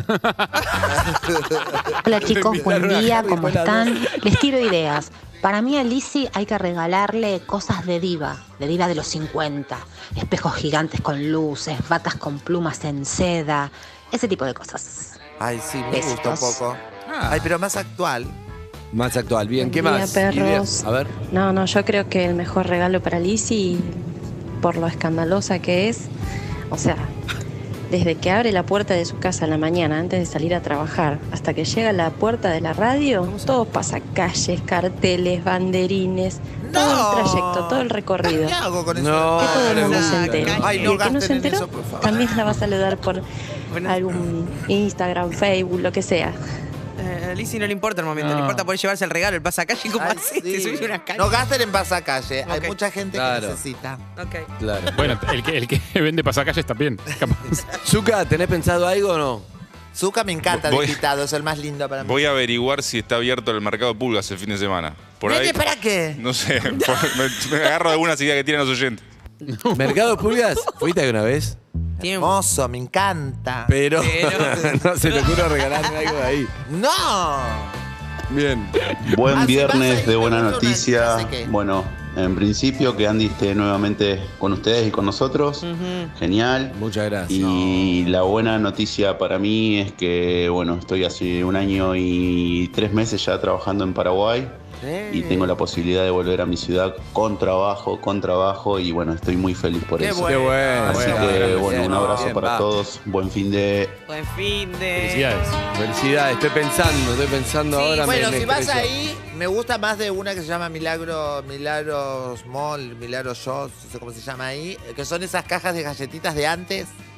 Hola chicos, buen invitaron a día, Harry ¿cómo después de las están? Les tiro ideas. Para mí a Lizzy hay que regalarle cosas de diva, de diva de los cincuenta. Espejos gigantes con luces, batas con plumas en seda, ese tipo de cosas. Ay, sí, me gusta un Besitos. poco. Ay, pero más actual. Más actual. Bien, ¿qué Buen día, más? perros. Ideas. A ver. No, no, yo creo que el mejor regalo para Lizzy, por lo escandalosa que es, o sea, desde que abre la puerta de su casa en la mañana antes de salir a trabajar hasta que llega a la puerta de la radio, todo pasa calles, carteles, banderines, todo el trayecto, todo el recorrido. ¿Qué hago con eso? No, Que todo el mundo se no, entere. Ay, Y no el que no gasten se en enteró, eso, por favor. también la va a saludar por algún Instagram, Facebook, lo que sea. Eh, a Lizzy no le importa el momento, No. le importa poder llevarse el regalo, el pasacalle y cómo Ay, haces, te sí. subís una calle. No gasten en pasacalle. Hay Ok. mucha gente Claro. que necesita. Ok. Claro. Bueno, el que, el que vende pasacalles también. capaz. Zuka, ¿tenés pensado algo o no? Zuka me encanta de Voy- invitado, es el más lindo para mí. Voy a averiguar si está abierto el mercado de pulgas el fin de semana. Por Nene, ahí, ¿para qué? no sé, por- me, me agarro de algunas ideas que tienen los oyentes. ¿Mercado de pulgas? ¿Fuiste alguna vez? Tiene un- Hermoso, me encanta. Pero, Pero- no se te ocurre regalarme algo de ahí. ¡No! Bien. Buen Ah, si vas viernes ahí, de buena me gusta una- noticia. no sé qué. Bueno, en principio que Andy esté nuevamente con ustedes y con nosotros. Genial. Muchas gracias. Y la buena noticia para mí es que, bueno, estoy hace un año y tres meses ya trabajando en Paraguay. Y tengo la posibilidad de volver a mi ciudad con trabajo, con trabajo. Y bueno, estoy muy feliz por Qué eso. bueno. Qué bueno. Así bueno, que, bien, bueno, bien, un abrazo bien, para va. todos. Buen fin de... Buen fin de... Felicidades. Felicidades, estoy pensando, estoy pensando Sí, ahora. me- Bueno, me si vas estreso. ahí, me gusta más de una que se llama Milagro, Milagros Mall, Milagros Shows, no sé cómo se llama ahí, que son esas cajas de galletitas de antes.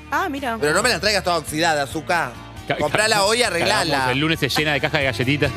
Ah, mira. Pero no me la traigas toda oxidada, azúcar. Comprala hoy y arreglala. Cagamos, el lunes se llena de caja de galletitas.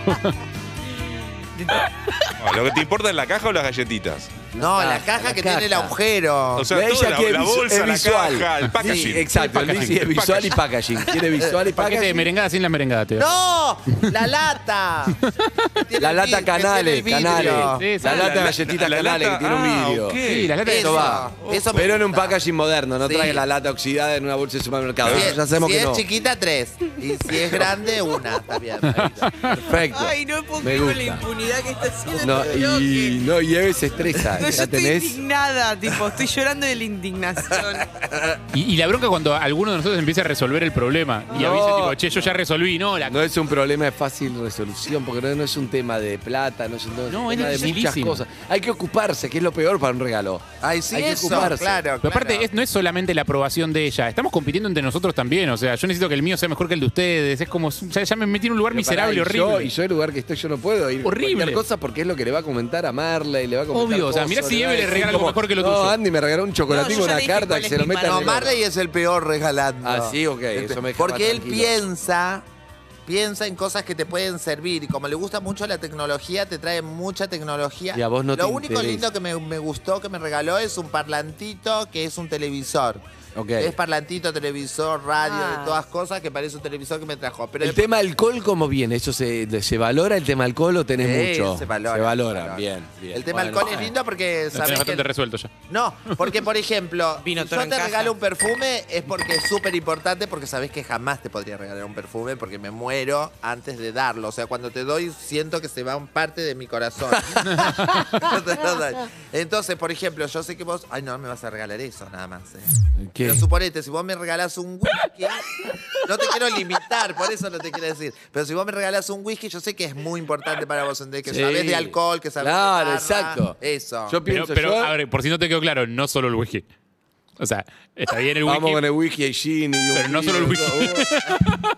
No, lo que te importa es la caja o las galletitas. No, la caja que tiene el agujero. O sea, La toda ella la, quiere la visu- bolsa, es la visual. caja, el packaging. Sí, exacto, El el Lizzy es packaging. visual y packaging. Quiere visual y Paquete de packaging. merengada sin la merengada, te ¡No! ¡La lata! La lata Canales, Canales. Sí, sí, La sí. lata La- galletita la Canales que lata- tiene un ah, vidrio. ok. Sí, las latas de Eso va. Eso me Pero en un gusta. packaging moderno, no Sí. trae la lata oxidada en una bolsa de supermercado. Si, Eso es, ya sabemos si que es no. chiquita, tres. Y si es grande, una. Está bien. Perfecto. Ay, no puedo Me creer con la gusta. impunidad que está haciendo No, este bloque. y, no, y Eve se estresa. No, yo Ya estoy tenés. indignada, tipo, estoy llorando de la indignación. Y, y la bronca cuando alguno de nosotros empieza a resolver el problema y No. avisa, tipo, che, yo ya resolví, no, la No es un problema de fácil resolución, porque no, no es un tema de plata, no es un, No, tema es de muchas dificilísimo. cosas. Hay que ocuparse, que es lo peor para un regalo. Ay, sí, Hay que eso, ocuparse. claro, Pero aparte, claro. es- no es solamente la aprobación de ella, estamos compitiendo entre nosotros también. O sea, yo necesito que el mío sea mejor que el de ustedes. Es como, ya, ya me metí en un lugar Pero miserable, pará, y yo- horrible. Y yo, el lugar que estoy, yo no puedo ir. Horrible. Cualquier cosa porque es lo que le va a comentar a Marley, le va a comentar. Obvio, o sea, cosas, mirá si le va Eve a le decir regala algo como, mejor que lo no, tuyo. Andy me regaló un chocolatín, No, yo ya una dije carta cuál que es se lo mi meta en No, el Marley es el peor regalando. Ah, sí, ok, eso me deja Porque más él tranquilo. piensa, piensa en cosas que te pueden servir. Y como le gusta mucho la tecnología, te trae mucha tecnología. Y a vos no Lo te único interesa. lindo que me, me gustó, que me regaló, es un parlantito que es un televisor. Ok. Es parlantito, televisor, radio, Ah. de todas cosas, que parece un televisor que me trajo. Pero El tema alcohol, ¿cómo viene? ¿Eso se, se valora el tema alcohol o tenés Sí, mucho? se valora, Se valora, se valora. bien, bien. el tema Bueno, alcohol es lindo porque Lo tenés sabes que... bastante resuelto ya. No, porque por ejemplo, Vino si todo yo en te caja. regalo un perfume es porque es súper importante, porque sabes que jamás te podría regalar un perfume porque me muero antes de darlo. O sea, cuando te doy siento que se va un parte de mi corazón. No te lo doy. Entonces, por ejemplo, yo sé que vos, ay no, me vas a regalar eso nada más. eh. ¿Qué? Pero suponete, si vos me regalás un whisky, no te quiero limitar, por eso no te quiero decir. Pero si vos me regalás un whisky, yo sé que es muy importante para vos, ¿entendés? Que Sí. sabés de alcohol, que sabés Claro, de barra, exacto. Eso. Yo Pero, pienso, pero yo- a ver, por si no te quedó claro, no solo el whisky. O sea, está bien el Vamos whisky. con el whisky y gin y un Pero no solo el vino, whisky. todo.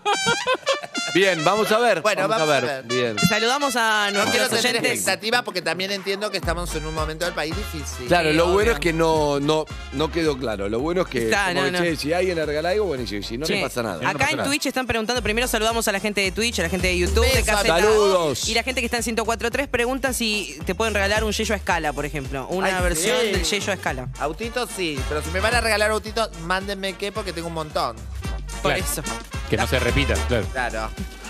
Bien, vamos a ver. Bueno, vamos, vamos a a ver. ver. Bien. Saludamos a No quiero nuestros tener oyentes. expectativa porque también entiendo que estamos en un momento del país difícil. Claro, Sí, lo bueno obvio. es que no, no, no quedó claro. Lo bueno es que, Está, como no, que, no. che, si alguien le regala algo, buenísimo. Si no, Che, no pasa nada. Acá en Twitch están preguntando, primero saludamos a la gente de Twitch, a la gente de YouTube, de Beso, Caseta. saludos. Y la gente que está en ciento cuatro punto tres pregunta si te pueden regalar un yello a escala, por ejemplo. Una Ay, versión sí. del yello a escala. Autitos sí, pero si me van a regalar autitos, mándenme qué porque tengo un montón. Por Claro. eso. Que no se repita, claro. Claro.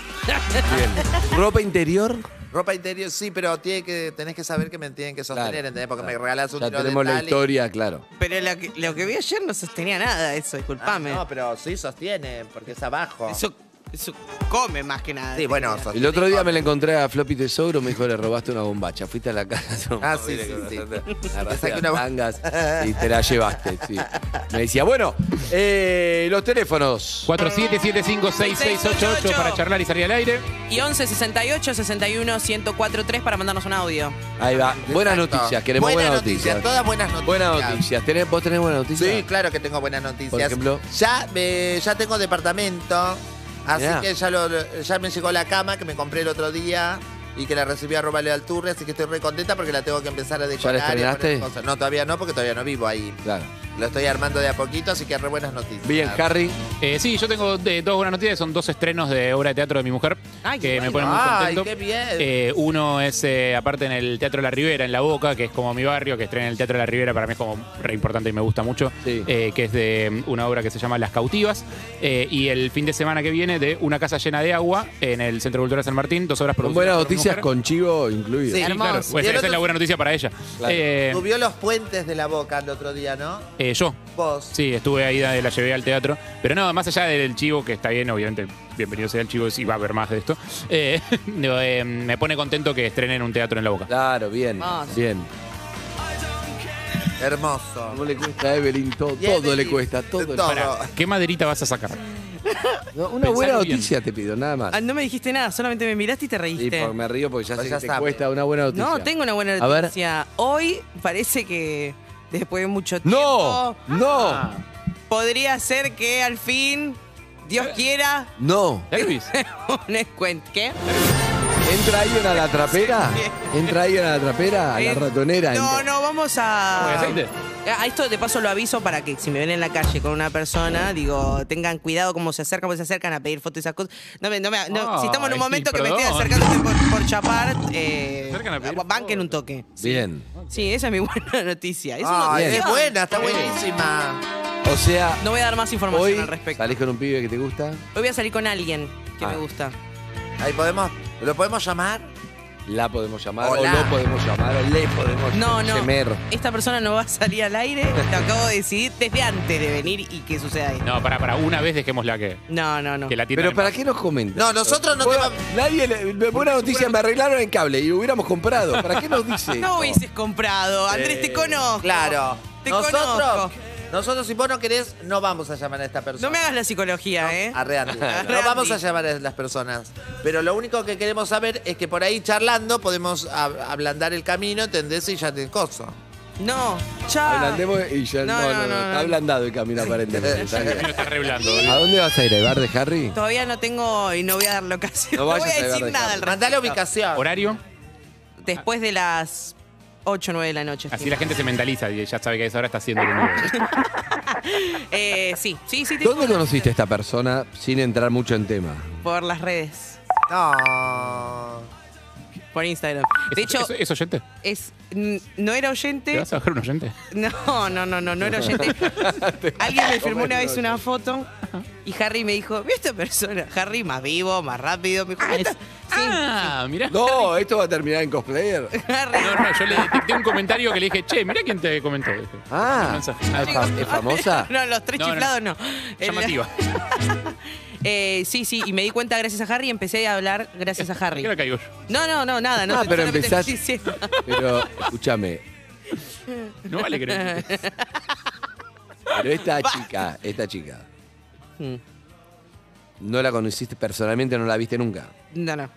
Bien. ¿Ropa interior? Ropa interior sí, pero tiene que, tenés que saber que me tienen que sostener, Claro, ¿entendés? Porque claro. me regalás un Ya tiro de tenemos la tal y- historia, claro. Pero lo que, lo que vi ayer no sostenía nada, eso, Ah, disculpame. no, pero sí sostiene, porque es abajo. Eso, eso come más que nada. Sí, bueno, El sostiene. otro día me la encontré a Floppy Tesoro, me dijo, le robaste una bombacha. Fuiste a la casa. Ah, sí, sí, sí. Agarraste saqué las una- tangas y te la llevaste, sí. Me decía, bueno, eh, los teléfonos. cuatro siete siete cinco seis seis ocho ocho para charlar y salir al aire. Y once sesenta y ocho sesenta y uno ciento cuatro punto tres para mandarnos un audio. Ahí va. Buenas Exacto. noticias, queremos Buenas buenas noticias, noticias. todas buenas noticias. Buenas noticias. ¿Tenés- ¿Vos tenés buenas noticias? Sí, claro que tengo buenas noticias. Por ejemplo. Ya, me- ya tengo departamento, así Mirá. que ya, lo- ya me llegó la cama que me compré el otro día y que la recibí a Robaleo Alturre, así que estoy re contenta porque la tengo que empezar a decorar. y a poner estrenaste? cosas. No, todavía no, porque todavía no vivo ahí. Claro. Lo estoy armando de a poquito, así que re buenas noticias. Bien, Harry. Eh, sí, yo tengo eh, dos buenas noticias. Son dos estrenos de obra de teatro de mi mujer Ay, que qué me bueno. ponen muy Ay, contento. qué bien. Eh, uno es, eh, aparte, en el Teatro La Ribera, en La Boca, que es como mi barrio, que estrena en el Teatro La Ribera. Para mí es como re importante y me gusta mucho. Sí. Eh, que es de mm, una obra que se llama Las Cautivas. Eh, y el fin de semana que viene, de Una casa llena de agua, en el Centro Cultural San Martín. Dos obras Con producidas buenas por mi noticias mujer. con chivo incluido. Sí. Sí, claro. Hermoso. Pues Y el esa otro- es la buena noticia para ella. Claro. Eh, Subió los puentes de la Boca el otro día, ¿no? eh, yo. Vos. Sí, estuve ahí, la llevé al teatro. Pero no, más allá del chivo, que está bien, obviamente, bienvenido sea el chivo, si va a haber más de esto. eh, no, eh, me pone contento que estrenen un teatro en La Boca. Claro, bien. Hermoso. Bien. Hermoso. ¿Cómo le cuesta a Evelyn? Todo, Y todo Evelyn, le cuesta, todo. todo. Pará, ¿qué maderita vas a sacar? No, una Pensalo buena bien. noticia te pido, nada más. Ah, no me dijiste nada, solamente me miraste y te Y reíste. por- me río porque ya Pues sé ya que te sabe. cuesta una buena noticia. No, tengo una buena A ver. noticia. Hoy parece que después de mucho tiempo ¡No! ¡No! podría ser que al fin, Dios quiera, ¡No! Elvis. un encuentro. ¿Qué? ¿Entra alguien a la trapera? ¿Entra alguien a la trapera? ¿A la ratonera? No, Entra- no, vamos a. ¿Con aceite? A esto de paso lo aviso para que si me ven en la calle con una persona, digo, tengan cuidado cómo se acercan, cómo se acercan a pedir fotos y esas cosas. No me, no me, no, si estamos en un Ay, momento sí, que me estoy perdón. acercando por, por chapar, eh, Acercan a pedir banquen un toque. Bien. Sí, esa es mi buena noticia. Es Ay, una es noticia. buena, está buenísima. O sea, No voy a dar más información hoy al respecto. salís con un pibe que te gusta. Hoy voy a salir con alguien que Ah. me gusta. Ahí podemos, ¿lo podemos llamar? La podemos llamar, Hola. o lo podemos llamar, o le podemos No, no. gemer. Esta persona no va a salir al aire. Te acabo de decidir desde antes de venir y que suceda esto. No, para, para, una vez dejémosla que, No, no, no. que la tienda. Pero ¿para qué nos comentan? No, nosotros no te Bueno, vamos. Nadie le, me- buena noticia, me arreglaron el cable y lo hubiéramos comprado. ¿Para qué nos dice? No esto? hubieses comprado. Andrés, te conozco. Claro. Te nosotros, conozco. nosotros, si vos no querés, no vamos a llamar a esta persona. No me hagas la psicología, ¿eh? Arre, Andy. Arre, No vamos Andy. a llamar a las personas. Pero lo único que queremos saber es que por ahí charlando podemos ab- ablandar el camino, ¿entendés? Y ya te coso. No, ya. Ablandemos y ya No, no, no, no, no, no, está no. ablandado el camino aparentemente. Está bien. No está re blando. ¿A dónde vas a ir? ¿Al bar de Harry? Todavía no tengo y no voy a dar locación. No No, vayas voy a a decir dejar de nada al dejar. Mandá la respecto. ubicación. ¿Horario? Después de las ocho o nueve de la noche. Así la gente se mentaliza y ya sabe que a esa hora está haciendo lo mismo. Eh, sí, sí, sí. te- ¿Dónde conociste a esta persona sin entrar mucho en tema? Por las redes. No. Por Instagram. De ¿Es- hecho, ¿Es, es oyente? es, n- no era ¿Te oyente. vas a bajar un oyente? No, no, no, no, no era oyente. Alguien me firmó una vez una foto y Harry me dijo, ¿viste esta persona? Harry más vivo, más rápido. Me dijo, "¿Esta?". Sí, Ah, mirá. No, esto va a terminar en cosplayer. Harry. No, no, yo le dicté un comentario que le dije, che, mirá quién te comentó. Dije. Un Ah, mensaje. ¿es fam- ¿es famosa? No, los tres No, no, chiflados no. El- Llamativa. Eh, sí, sí, y me di cuenta gracias a Harry y empecé a hablar gracias a Harry. ¿Qué hora caigo yo? No, no, no, nada. No, Ah, pero solamente empezás- estoy diciendo. Pero, escúchame, No vale creer. pero esta chica, esta chica, Mm, ¿no la conociste personalmente, no la viste nunca? No, no.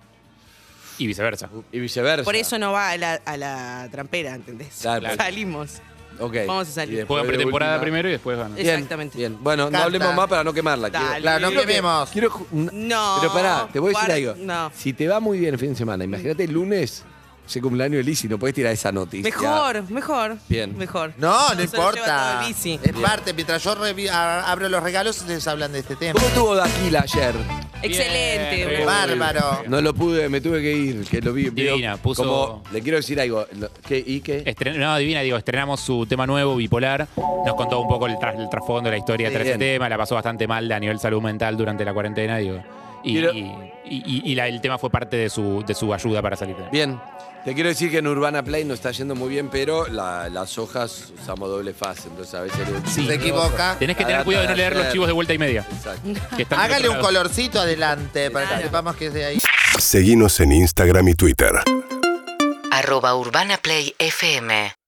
Y viceversa. Y viceversa. Por eso no va a la, a la trampera, ¿entendés? Claro. Salimos. Ok. Vamos a salir. Y después Juegan de pretemporada última- primero y después van. Bien, Exactamente. Bien, bueno, no Canta. hablemos más para no quemarla. Quiero- Dale. Claro, no quiero que- quememos. quiero ju- una- No. Pero pará, te voy a decir guarda- algo. No. Si te va muy bien el fin de semana, imagínate el lunes, ese cumpleaños de Lizzy, no puedes tirar esa noticia. Mejor, mejor. Bien. Mejor. No, no se lo lleva importa. todo el bici. Es parte. Mientras yo revi- a- abro los regalos, ustedes hablan de este tema. ¿Cómo estuvo Daquila ayer? Excelente. Bien, bro. Bárbaro. No lo pude, me tuve que ir, que lo vi. Divina, vio- puso- Como, le quiero decir algo. lo- ¿qué, ¿Y qué? Estren- no, divina, digo, estrenamos su tema nuevo, Bipolar. Nos contó un poco el, tras- el trasfondo, la historia Sí, tras ese bien. tema. La pasó bastante mal a nivel salud mental durante la cuarentena, digo. Y, Quiero- y, y- y la- el tema fue parte de su, de su ayuda para salir. Bien. Te quiero decir que en Urbana Play no está yendo muy bien, pero la- las hojas usamos doble fase, entonces a veces... Sí. Se equivoca. Tenés que tener cuidado de no leer los chivos de vuelta y media. Exacto. Que están del Hágale otro un lado. colorcito adelante para que sepamos que es de ahí. Seguinos en Instagram y Twitter. Arroba Urbana Play F M.